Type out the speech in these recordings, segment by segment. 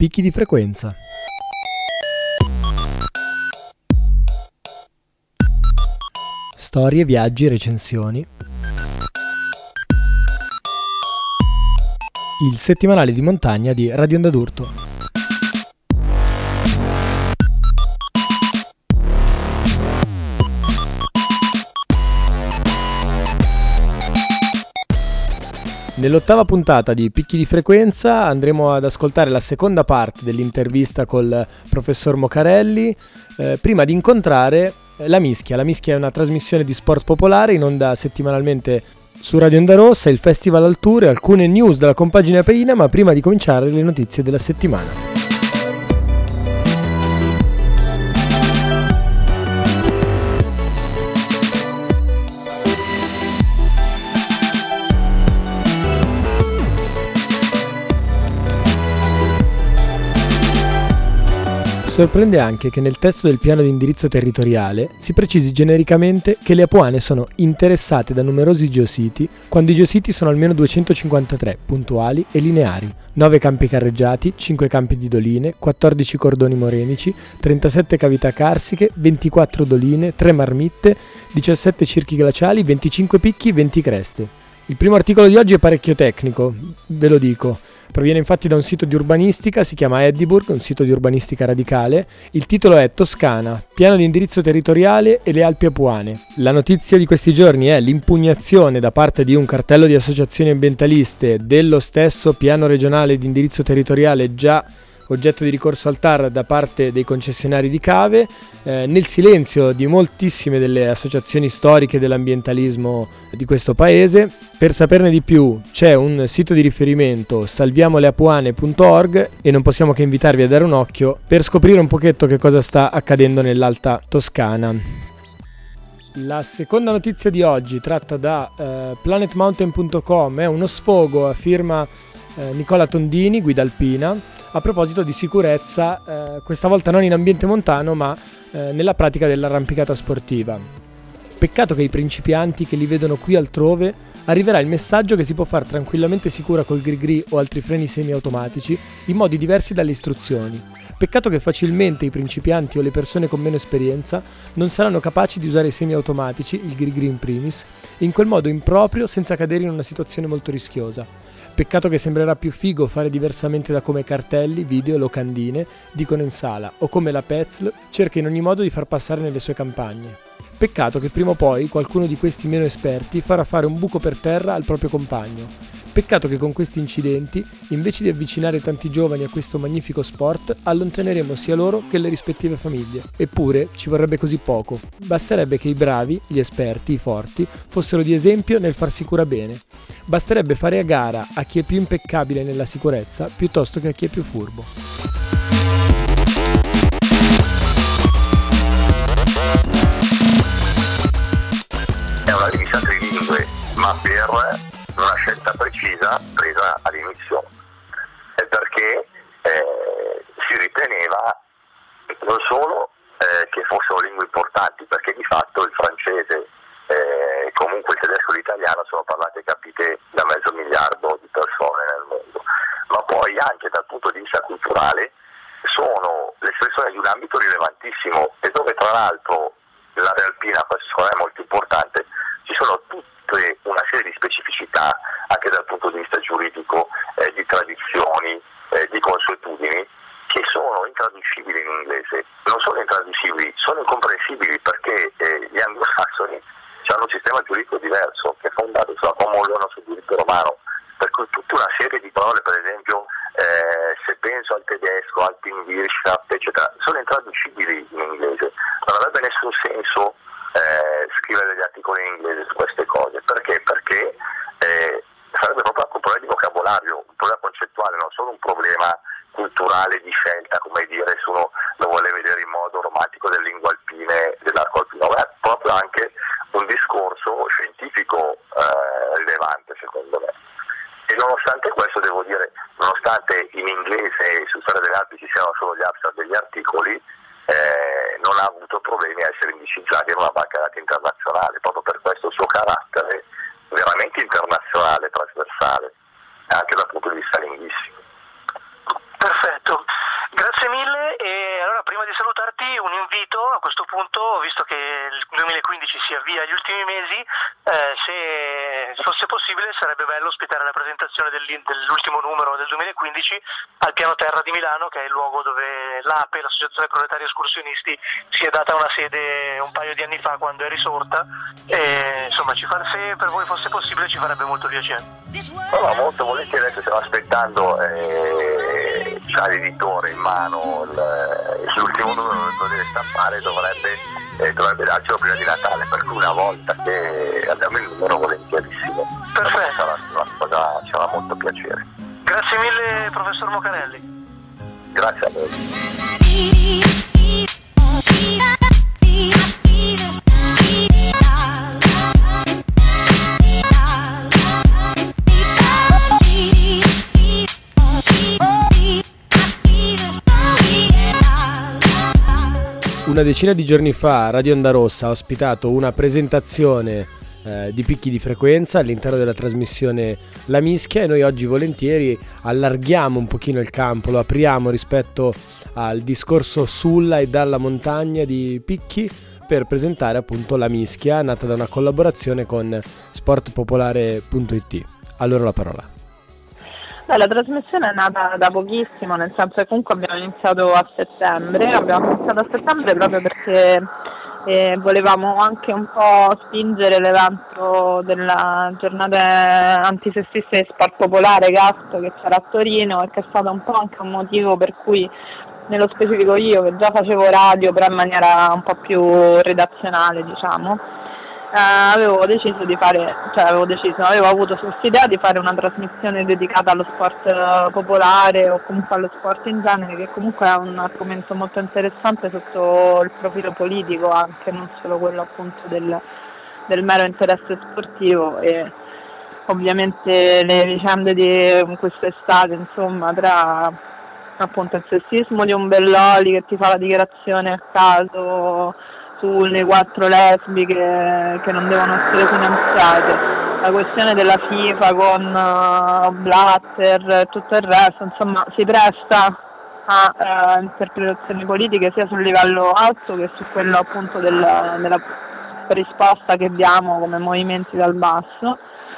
Picchi di frequenza. Storie, viaggi, recensioni. Il settimanale di montagna di Radio Onda d'Urto. Nell'ottava puntata di Picchi di frequenza andremo ad ascoltare la seconda parte dell'intervista col professor Mocarelli, prima di incontrare La Mischia. La Mischia è una trasmissione di sport popolare in onda settimanalmente su Radio Onda Rossa, il Festival al Tour e alcune news dalla compagine alpina, ma prima di cominciare le notizie della settimana. Sorprende anche che nel testo del piano di indirizzo territoriale si precisi genericamente che le Apuane sono interessate da numerosi geositi, quando i geositi sono almeno 253, puntuali e lineari, 9 campi carreggiati, 5 campi di doline, 14 cordoni morenici, 37 cavità carsiche, 24 doline, 3 marmitte, 17 circhi glaciali, 25 picchi, 20 creste. Il primo articolo di oggi è parecchio tecnico, ve lo dico. Proviene infatti da un sito di urbanistica, si chiama Eddiburgh, un sito di urbanistica radicale. Il titolo è Toscana, piano di indirizzo territoriale e le Alpi Apuane. La notizia di questi giorni è l'impugnazione da parte di un cartello di associazioni ambientaliste dello stesso piano regionale di indirizzo territoriale già oggetto di ricorso al TAR da parte dei concessionari di cave, nel silenzio di moltissime delle associazioni storiche dell'ambientalismo di questo paese. Per saperne di più c'è un sito di riferimento, salviamoleapuane.org, e non possiamo che invitarvi a dare un occhio per scoprire un pochetto che cosa sta accadendo nell'Alta Toscana. La seconda notizia di oggi, tratta da planetmountain.com, è uno sfogo a firma Nicola Tondini, guida alpina, a proposito di sicurezza, questa volta non in ambiente montano ma nella pratica dell'arrampicata sportiva. Peccato che i principianti che li vedono qui altrove arriverà il messaggio che si può far tranquillamente sicura col grigri o altri freni semiautomatici in modi diversi dalle istruzioni. Peccato che facilmente i principianti o le persone con meno esperienza non saranno capaci di usare i semiautomatici, il grigri in primis, in quel modo improprio senza cadere in una situazione molto rischiosa. Peccato che sembrerà più figo fare diversamente da come cartelli, video, locandine dicono in sala, o come la Petzl cerca in ogni modo di far passare nelle sue campagne. Peccato che prima o poi qualcuno di questi meno esperti farà fare un buco per terra al proprio compagno. Peccato che con questi incidenti, invece di avvicinare tanti giovani a questo magnifico sport, allontaneremo sia loro che le rispettive famiglie. Eppure ci vorrebbe così poco. Basterebbe che i bravi, gli esperti, i forti, fossero di esempio nel far sicura bene. Basterebbe fare a gara a chi è più impeccabile nella sicurezza piuttosto che a chi è più furbo. È una divisa trilingue, ma per una scelta precisa presa all'inizio, perché si riteneva non solo che fossero lingue importanti, perché di fatto il francese, comunque il tedesco e l'italiano sono parlate e capite da 500 milioni di persone nel mondo, ma poi anche dal punto di vista culturale sono l'espressione di un ambito rilevantissimo e dove tra l'altro l'area alpina, questo secondo me è molto importante, ci sono tutte una serie di specificità anche dal punto di vista giuridico, di tradizioni, di consuetudini che sono intraducibili in inglese. Non sono intraducibili, sono incomprensibili perché gli anglosassoni hanno un sistema giuridico diverso che è fondato sulla common law, non sul diritto romano, per cui tutta una serie di parole, per esempio se penso al tedesco, al Pinwirtschaft, eccetera, sono intraducibili in inglese. Non avrebbe nessun senso scrivere degli articoli in inglese su queste cose. Perché? Perché sarebbe proprio anche un problema di vocabolario, un problema concettuale, non solo un problema culturale di scelta, come dire, se uno lo vuole vedere in modo romantico delle lingue alpine, dell'arco alpino, ma è proprio anche un discorso scientifico rilevante, secondo me. E nonostante questo, devo dire, nonostante in inglese su Storia delle Alpi ci siano solo gli abstract degli articoli, non ha avuto problemi a essere indicizzato in una banca dati internazionale, proprio per questo suo carattere veramente internazionale, trasversale, anche dal punto di vista linguistico. Perfetto. quindi un invito a questo punto, visto che il 2015 si avvia agli ultimi mesi, se fosse possibile sarebbe bello ospitare la presentazione dell'ultimo numero del 2015 al piano terra di Milano, che è il luogo dove l'APE, l'Associazione Proletaria Escursionisti, si è data una sede un paio di anni fa quando è risorta, e insomma se per voi fosse possibile ci farebbe molto piacere. No, molto volentieri, adesso stiamo aspettando, c'ha l'editore in mano, l'ultimo numero lo deve stampare, dovrebbe darcelo prima di Natale, per cui una volta che abbiamo il numero volentierissimo. Perfetto. Ci farà molto piacere. Grazie mille professor Mocarelli. Grazie a voi. Una decina di giorni fa Radio Onda Rossa ha ospitato una presentazione di picchi di frequenza all'interno della trasmissione La Mischia, e noi oggi volentieri allarghiamo un pochino il campo, lo apriamo rispetto al discorso sulla e dalla montagna di picchi per presentare appunto La Mischia, nata da una collaborazione con sportpopolare.it. A loro la parola. La trasmissione è nata da pochissimo, nel senso che comunque abbiamo iniziato a settembre proprio perché volevamo anche un po' spingere l'evento della giornata antisessista di sport popolare GASP che c'era a Torino, e che è stato un po' anche un motivo per cui nello specifico io, che già facevo radio però in maniera un po' più redazionale, diciamo, avevo avuto quest'idea di fare una trasmissione dedicata allo sport popolare o comunque allo sport in genere, che comunque è un argomento molto interessante sotto il profilo politico, anche non solo quello appunto del mero interesse sportivo. E ovviamente le vicende di quest'estate, insomma, tra appunto il sessismo di un Belloli che ti fa la dichiarazione a caso sulle 4 lesbiche che non devono essere finanziate, la questione della FIFA con Blatter e tutto il resto, insomma si presta a interpretazioni politiche sia sul livello alto che su quello appunto della risposta che diamo come movimenti dal basso.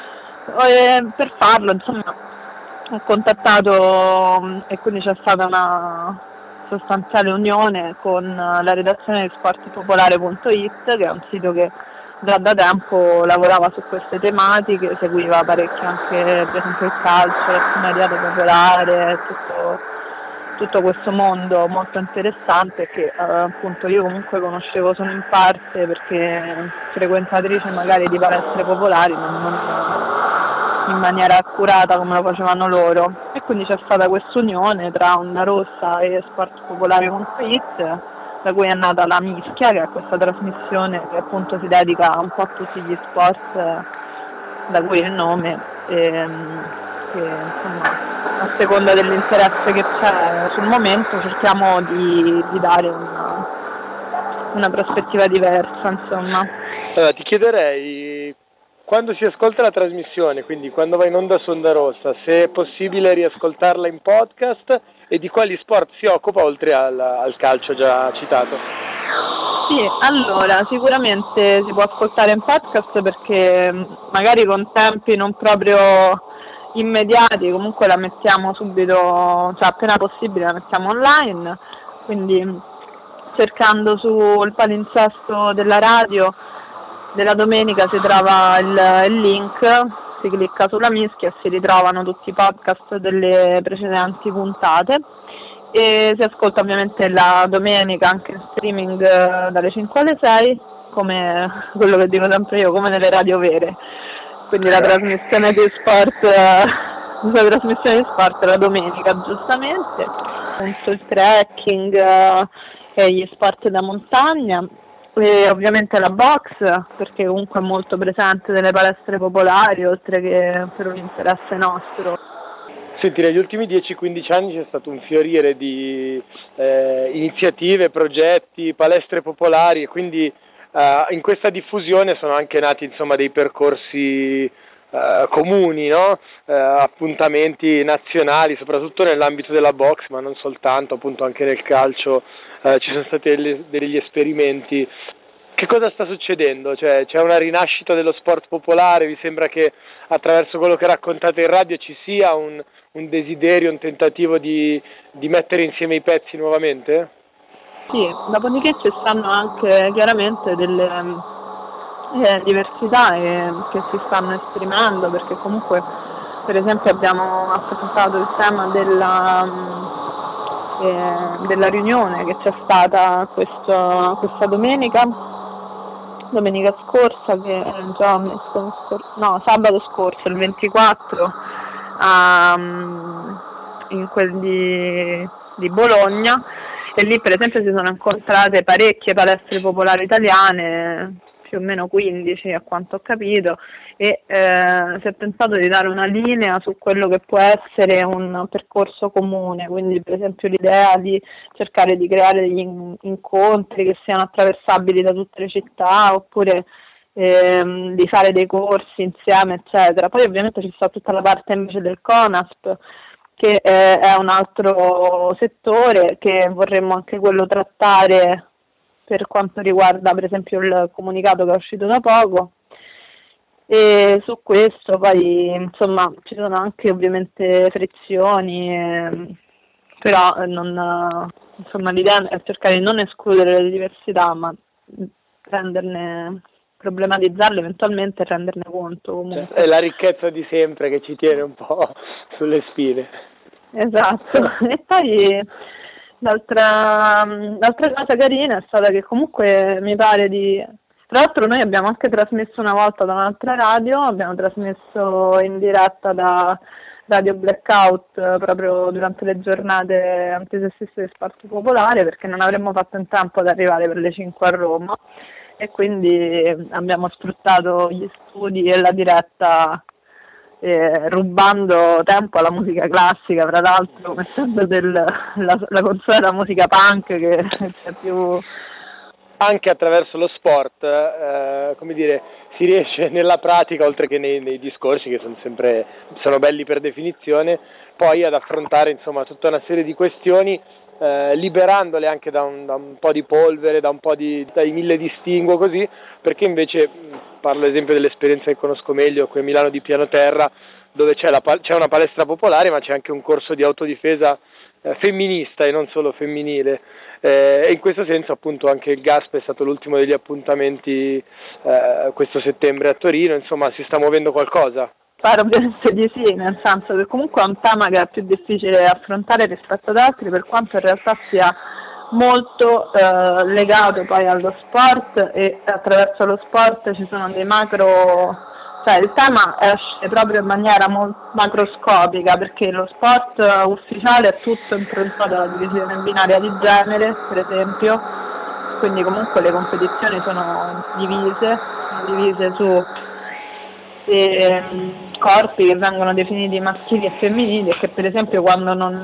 Per farlo, insomma, ho contattato, e quindi c'è stata una sostanziale unione con la redazione di sportpopolare.it, che è un sito che già da tempo lavorava su queste tematiche, seguiva parecchio anche per esempio il calcio, l'azionariato popolare, tutto questo mondo molto interessante che appunto io comunque conoscevo solo in parte perché frequentatrice magari di palestre popolari, ma non in maniera accurata come lo facevano loro, e quindi c'è stata questa unione tra Onda Rossa e sportpopolare.it, da cui è nata La Mischia, che è questa trasmissione che appunto si dedica un po' a tutti gli sport, da cui il nome, che insomma a seconda dell'interesse che c'è sul momento cerchiamo di dare una prospettiva diversa, insomma. Allora, ti chiederei, quando si ascolta la trasmissione, quindi quando va in onda su Onda Rossa, se è possibile riascoltarla in podcast, e di quali sport si occupa oltre al calcio già citato? Sì, allora sicuramente si può ascoltare in podcast perché magari con tempi non proprio immediati, comunque la mettiamo subito, cioè appena possibile la mettiamo online, quindi cercando sul palinsesto della radio della domenica si trova il link, si clicca sulla Mischia e si ritrovano tutti i podcast delle precedenti puntate, e si ascolta ovviamente la domenica anche in streaming dalle 5 alle 6, come quello che dico sempre io, come nelle radio vere, quindi la trasmissione di sport la domenica giustamente, appunto il trekking e gli sport da montagna. E ovviamente la box, perché comunque è molto presente nelle palestre popolari, oltre che per un interesse nostro. Senti, negli ultimi 10-15 anni c'è stato un fiorire di iniziative, progetti, palestre popolari, e quindi in questa diffusione sono anche nati insomma dei percorsi comuni, no? Appuntamenti nazionali, soprattutto nell'ambito della box, ma non soltanto, appunto anche nel calcio ci sono stati degli esperimenti. Che cosa sta succedendo? Cioè, c'è una rinascita dello sport popolare? Vi sembra che attraverso quello che raccontate in radio ci sia un desiderio, un tentativo di mettere insieme i pezzi nuovamente? Sì, dopodiché ci stanno anche chiaramente delle diversità che si stanno esprimendo, perché comunque per esempio abbiamo affrontato il tema della riunione che c'è stata questa domenica scorsa, che già sabato scorso, il 24, in quel di Bologna, e lì per esempio si sono incontrate parecchie palestre popolari italiane, più o meno 15 a quanto ho capito, e si è pensato di dare una linea su quello che può essere un percorso comune, quindi per esempio l'idea di cercare di creare degli incontri che siano attraversabili da tutte le città, oppure di fare dei corsi insieme, eccetera. Poi ovviamente ci sta tutta la parte invece del CONASP, che è un altro settore che vorremmo anche quello trattare per quanto riguarda per esempio il comunicato che è uscito da poco, e su questo poi insomma ci sono anche ovviamente frizioni, però insomma l'idea è cercare di non escludere le diversità, ma problematizzarle eventualmente e renderne conto comunque. È la ricchezza di sempre che ci tiene un po' sulle spine. Esatto. E poi l'altra cosa carina è stata che comunque mi pare tra l'altro noi abbiamo anche trasmesso una volta da un'altra radio, abbiamo trasmesso in diretta da Radio Blackout proprio durante le giornate antisessiste del sport popolare, perché non avremmo fatto in tempo ad arrivare per le 5 a Roma, e quindi abbiamo sfruttato gli studi e la diretta rubando tempo alla musica classica, tra l'altro mettendo la consueta musica punk che è più... Anche attraverso lo sport, si riesce nella pratica, oltre che nei discorsi che sono belli per definizione, poi ad affrontare insomma tutta una serie di questioni, liberandole anche da un po' di polvere, dai mille distinguo così, perché invece parlo ad esempio dell'esperienza che conosco meglio qui a Milano di Piano Terra, dove c'è una palestra popolare, ma c'è anche un corso di autodifesa femminista e non solo femminile, e in questo senso appunto anche il GASP è stato l'ultimo degli appuntamenti questo settembre a Torino, insomma si sta muovendo qualcosa? Pare ovviamente di sì, nel senso che comunque è un tema che è più difficile affrontare rispetto ad altri, per quanto in realtà sia molto legato poi allo sport, e attraverso lo sport ci sono dei cioè il tema esce proprio in maniera macroscopica, perché lo sport ufficiale è tutto improntato alla divisione binaria di genere, per esempio, quindi comunque le competizioni sono divise su corpi che vengono definiti maschili e femminili, e che per esempio quando non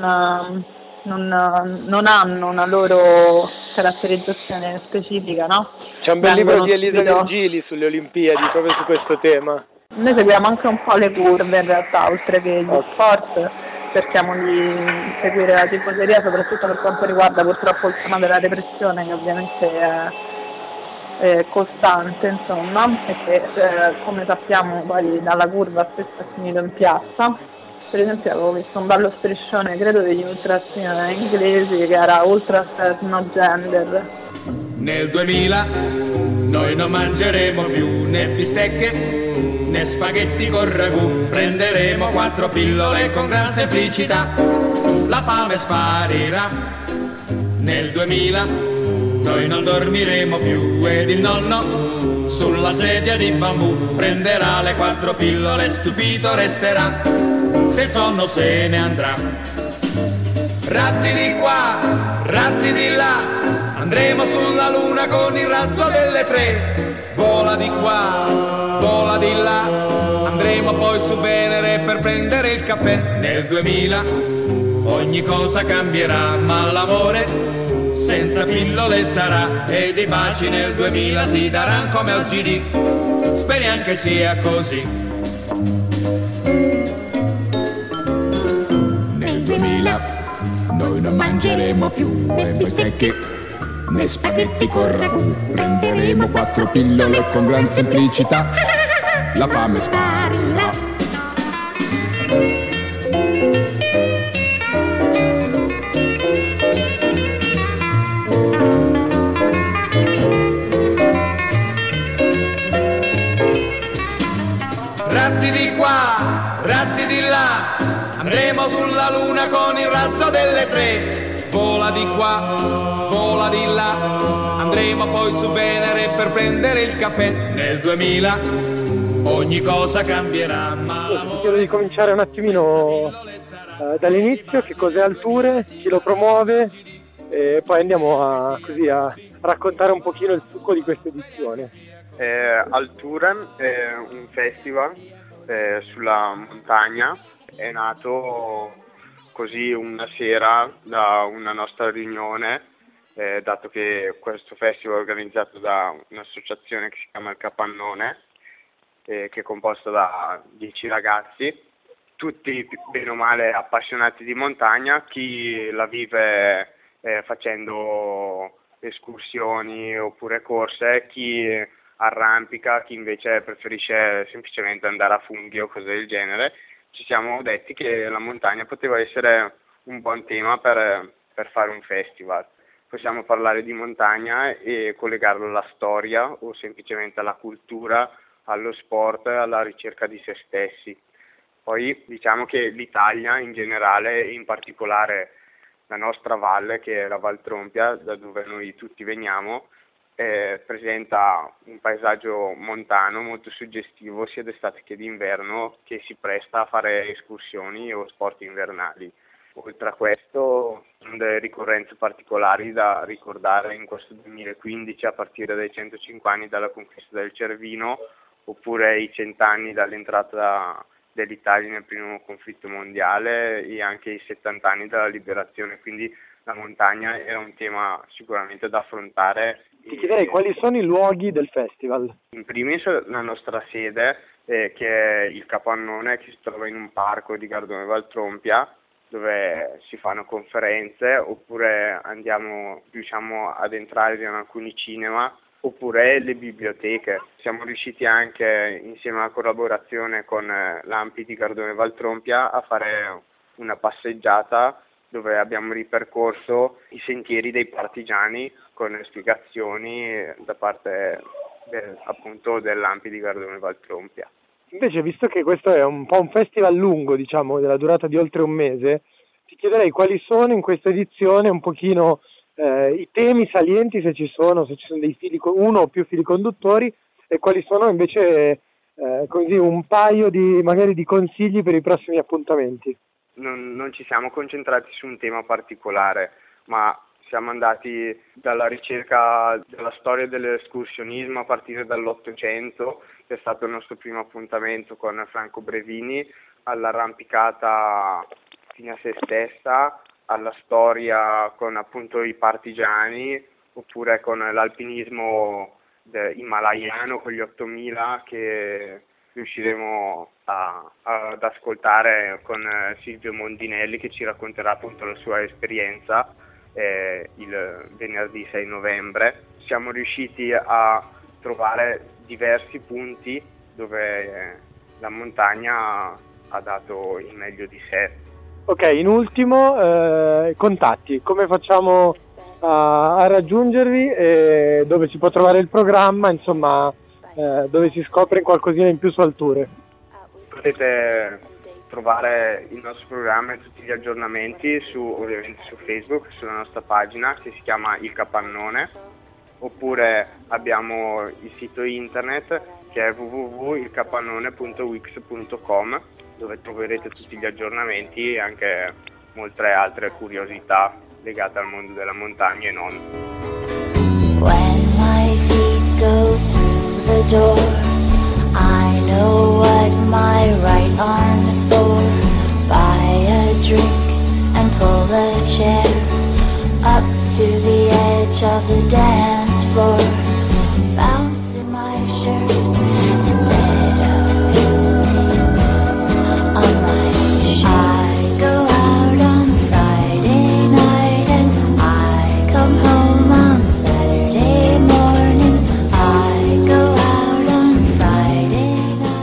hanno una loro caratterizzazione specifica, no? C'è un bel libro di Elisa Virgili sulle Olimpiadi proprio su questo tema. Noi seguiamo anche un po' le curve in realtà, oltre che gli sport, cerchiamo di seguire la tifoseria, soprattutto per quanto riguarda purtroppo il tema della repressione, che ovviamente è costante, insomma, e che come sappiamo poi dalla curva spesso è finito in piazza. Per esempio avevo visto un bello striscione, credo degli ultras inglesi, che era Ultras No Gender. Nel 2000 noi non mangeremo più né bistecche né spaghetti con ragù, prenderemo 4 pillole con gran semplicità, la fame sparirà. Nel 2000 noi non dormiremo più ed il nonno sulla sedia di bambù prenderà le 4 pillole, stupito resterà se il sonno se ne andrà. Razzi di qua, razzi di là, andremo sulla luna con il razzo delle 3. Vola di qua, vola di là, andremo poi su Venere per prendere il caffè. Nel 2000 ogni cosa cambierà, ma l'amore senza pillole sarà, ed i baci nel 2000 si daranno come oggi di. Speriamo che sia così. non mangeremo più né bistecche né spaghetti con ragù. Prenderemo 4 pillole e con gran semplicità la fame sparirà. Razzi di qua, razzi di là, andremo sulla luna con il razzo delle 3. Vola di qua, vola di là, andremo poi su Venere per prendere il caffè. Nel 2000 ogni cosa cambierà, ma Ti chiedo di cominciare un attimino dall'inizio, che cos'è Alture, chi lo promuove, e poi andiamo a raccontare un pochino il succo di questa edizione. Alture è un festival sulla montagna, è nato così una sera da una nostra riunione, dato che questo festival è organizzato da un'associazione che si chiama il Capannone, che è composta da 10 ragazzi, tutti bene o male appassionati di montagna, chi la vive facendo escursioni oppure corse, chi arrampica, chi invece preferisce semplicemente andare a funghi o cose del genere. Ci siamo detti che la montagna poteva essere un buon tema per fare un festival. Possiamo parlare di montagna e collegarlo alla storia o semplicemente alla cultura, allo sport, alla ricerca di se stessi. Poi diciamo che l'Italia in generale e in particolare la nostra valle, che è la Val Trompia, da dove noi tutti veniamo, presenta un paesaggio montano molto suggestivo sia d'estate che d'inverno, che si presta a fare escursioni o sport invernali. Oltre a questo, sono delle ricorrenze particolari da ricordare in questo 2015, a partire dai 105 anni dalla conquista del Cervino, oppure i 100 anni dall'entrata dell'Italia nel primo conflitto mondiale e anche i 70 anni dalla liberazione. Quindi la montagna è un tema sicuramente da affrontare. Ti chiederei quali sono i luoghi del festival. In primis la nostra sede, che è il Capannone, che si trova in un parco di Gardone Val Trompia, dove si fanno conferenze, oppure riusciamo ad entrare in alcuni cinema, oppure le biblioteche. Siamo riusciti anche, insieme alla collaborazione con l'Ampi di Gardone Val Trompia, a fare una passeggiata dove abbiamo ripercorso i sentieri dei partigiani con spiegazioni da parte appunto dell'Ampi di Gardone Val Trompia. Invece, visto che questo è un po' un festival lungo, diciamo, della durata di oltre un mese, ti chiederei quali sono in questa edizione un pochino i temi salienti, se ci sono dei uno o più fili conduttori, e quali sono invece così un paio di consigli per i prossimi appuntamenti. Non ci siamo concentrati su un tema particolare, ma siamo andati dalla ricerca della storia dell'escursionismo a partire dall'Ottocento, che è stato il nostro primo appuntamento con Franco Brevini, all'arrampicata fine a se stessa, alla storia con appunto i partigiani, oppure con l'alpinismo himalayano con gli 8000 che riusciremo ad ascoltare con Silvio Mondinelli, che ci racconterà appunto la sua esperienza il venerdì 6 novembre. Siamo riusciti a trovare diversi punti dove la montagna ha dato il meglio di sé. Ok, in ultimo, contatti, come facciamo a raggiungervi e dove si può trovare il programma, insomma, dove si scopre qualcosina in più su Alture? Potete trovare il nostro programma e tutti gli aggiornamenti ovviamente su Facebook, sulla nostra pagina che si chiama Il Capannone, oppure abbiamo il sito internet che è www.ilcapannone.wix.com, dove troverete tutti gli aggiornamenti e anche molte altre curiosità legate al mondo della montagna e non. When my feet go through the door, I know what my right arm is for. Buy a drink and pull the chair up to the edge of the dance floor. Bounce in my shirt instead of piston on my shirt. I go out on Friday night.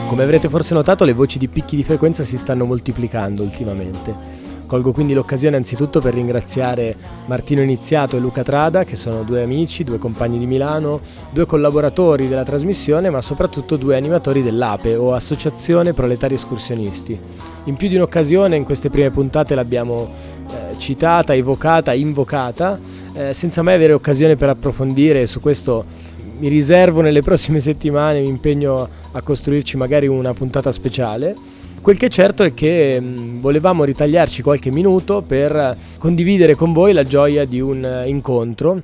Come avrete forse notato, le voci di Picchi di Frequenza si stanno moltiplicando ultimamente. Colgo quindi l'occasione anzitutto per ringraziare Martino Iniziato e Luca Trada, che sono 2 amici, 2 compagni di Milano, 2 collaboratori della trasmissione, ma soprattutto 2 animatori dell'APE, o Associazione Proletari Escursionisti. In più di un'occasione in queste prime puntate l'abbiamo citata, evocata, invocata, senza mai avere occasione per approfondire. Su questo mi riservo nelle prossime settimane, mi impegno a costruirci magari una puntata speciale. Quel che è certo è che volevamo ritagliarci qualche minuto per condividere con voi la gioia di un incontro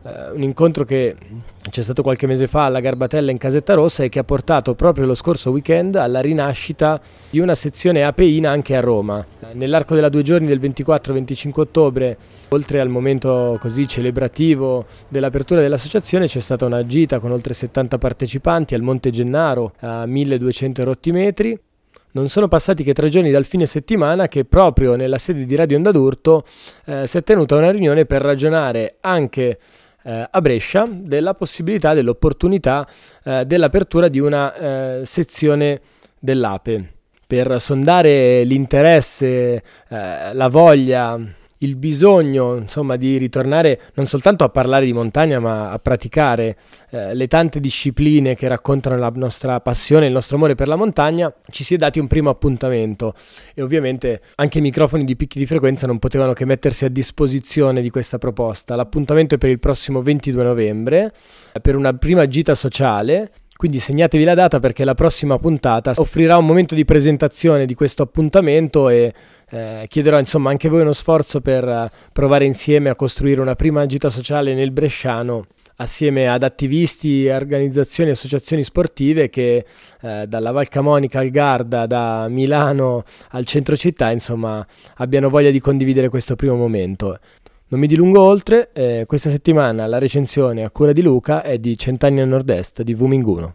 che c'è stato qualche mese fa alla Garbatella in Casetta Rossa e che ha portato proprio lo scorso weekend alla rinascita di una sezione apeina anche a Roma. Nell'arco della 2 giorni del 24-25 ottobre, oltre al momento così celebrativo dell'apertura dell'associazione, c'è stata una gita con oltre 70 partecipanti al Monte Gennaro a 1200 rotti metri. Non sono passati che 3 giorni dal fine settimana che proprio nella sede di Radio Onda d'Urto si è tenuta una riunione per ragionare anche a Brescia della possibilità, dell'opportunità dell'apertura di una sezione dell'APE, per sondare l'interesse, la voglia, il bisogno, insomma, di ritornare non soltanto a parlare di montagna, ma a praticare le tante discipline che raccontano la nostra passione, il nostro amore per la montagna. Ci si è dati un primo appuntamento e ovviamente anche i microfoni di Picchi di Frequenza non potevano che mettersi a disposizione di questa proposta. L'appuntamento è per il prossimo 22 novembre, per una prima gita sociale. Quindi segnatevi la data, perché la prossima puntata offrirà un momento di presentazione di questo appuntamento e chiederò insomma anche voi uno sforzo per provare insieme a costruire una prima gita sociale nel bresciano, assieme ad attivisti, organizzazioni e associazioni sportive che dalla Val Camonica al Garda, da Milano al centro città, insomma, abbiano voglia di condividere questo primo momento. Non mi dilungo oltre, questa settimana la recensione a cura di Luca è di Cent'anni a Nord-Est di Vuminguno.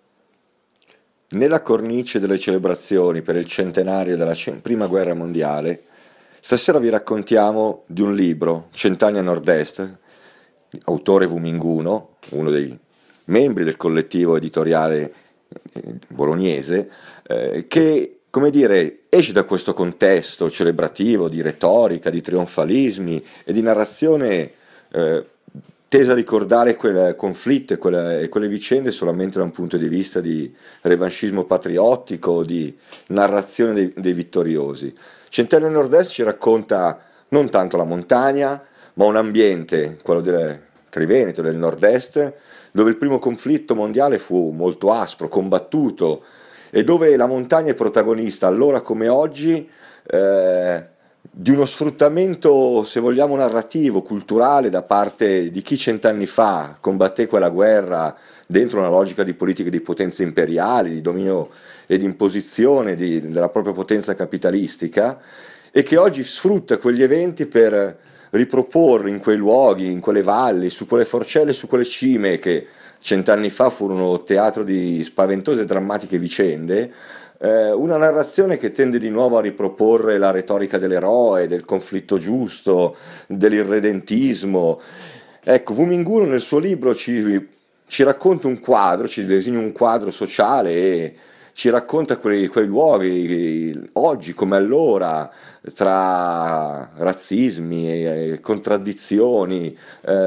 Nella cornice delle celebrazioni per il centenario della Prima Guerra Mondiale, stasera vi raccontiamo di un libro, Cent'anni a Nord-Est, autore Vuminguno, uno dei membri del collettivo editoriale bolognese, che, come dire, esce da questo contesto celebrativo di retorica, di trionfalismi e di narrazione tesa a ricordare quel conflitto e quelle vicende solamente da un punto di vista di revanchismo patriottico, di narrazione dei vittoriosi. Cent'anni a Nord-Est ci racconta non tanto la montagna, ma un ambiente, quello del Triveneto, del Nord-Est, dove il primo conflitto mondiale fu molto aspro, combattuto, e dove la montagna è protagonista, allora come oggi, di uno sfruttamento, se vogliamo, narrativo, culturale, da parte di chi 100 anni fa combatté quella guerra dentro una logica di politiche di potenze imperiali, di dominio e di imposizione della propria potenza capitalistica, e che oggi sfrutta quegli eventi per riproporre in quei luoghi, in quelle valli, su quelle forcelle, su quelle cime che 100 anni fa furono teatro di spaventose e drammatiche vicende, una narrazione che tende di nuovo a riproporre la retorica dell'eroe, del conflitto giusto, dell'irredentismo. Ecco, Vuminguno nel suo libro ci racconta un quadro, ci disegna un quadro sociale e ci racconta quei luoghi, oggi come allora, tra razzismi e contraddizioni,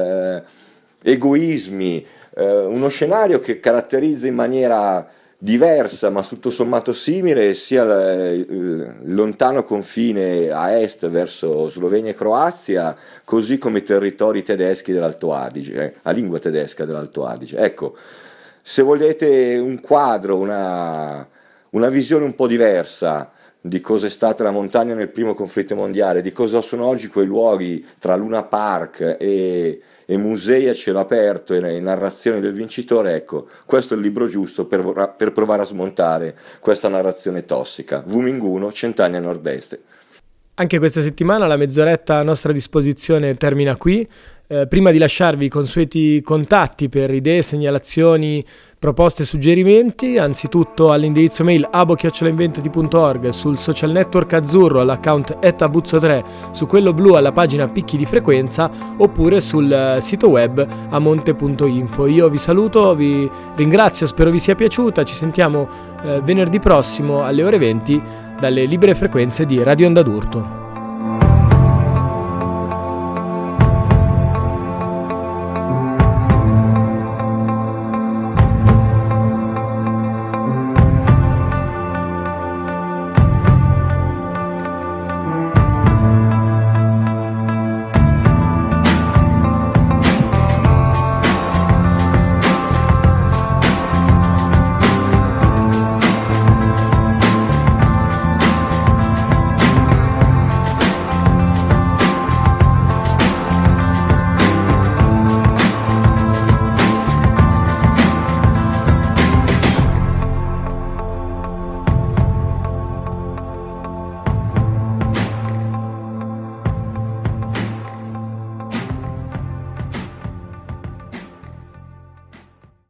egoismi, uno scenario che caratterizza in maniera diversa ma tutto sommato simile sia il lontano confine a est verso Slovenia e Croazia, così come i territori tedeschi dell'Alto Adige, a lingua tedesca dell'Alto Adige. Ecco, se volete un quadro, una visione un po' diversa di cosa è stata la montagna nel primo conflitto mondiale, di cosa sono oggi quei luoghi tra Luna Park e musei a cielo aperto e narrazioni del vincitore, ecco, questo è il libro giusto per provare a smontare questa narrazione tossica. Vuminguno, Cent'anni a Nord-Est. Anche questa settimana la mezz'oretta a nostra disposizione termina qui. Prima di lasciarvi i consueti contatti per idee, segnalazioni, proposte e suggerimenti, anzitutto all'indirizzo mail abo@inventati.org, sul social network azzurro all'account @abuzzo3, su quello blu alla pagina Picchi di Frequenza, oppure sul sito web amonte.info. Io vi saluto, vi ringrazio, spero vi sia piaciuta, ci sentiamo venerdì prossimo alle ore 20 dalle libere frequenze di Radio Onda d'Urto.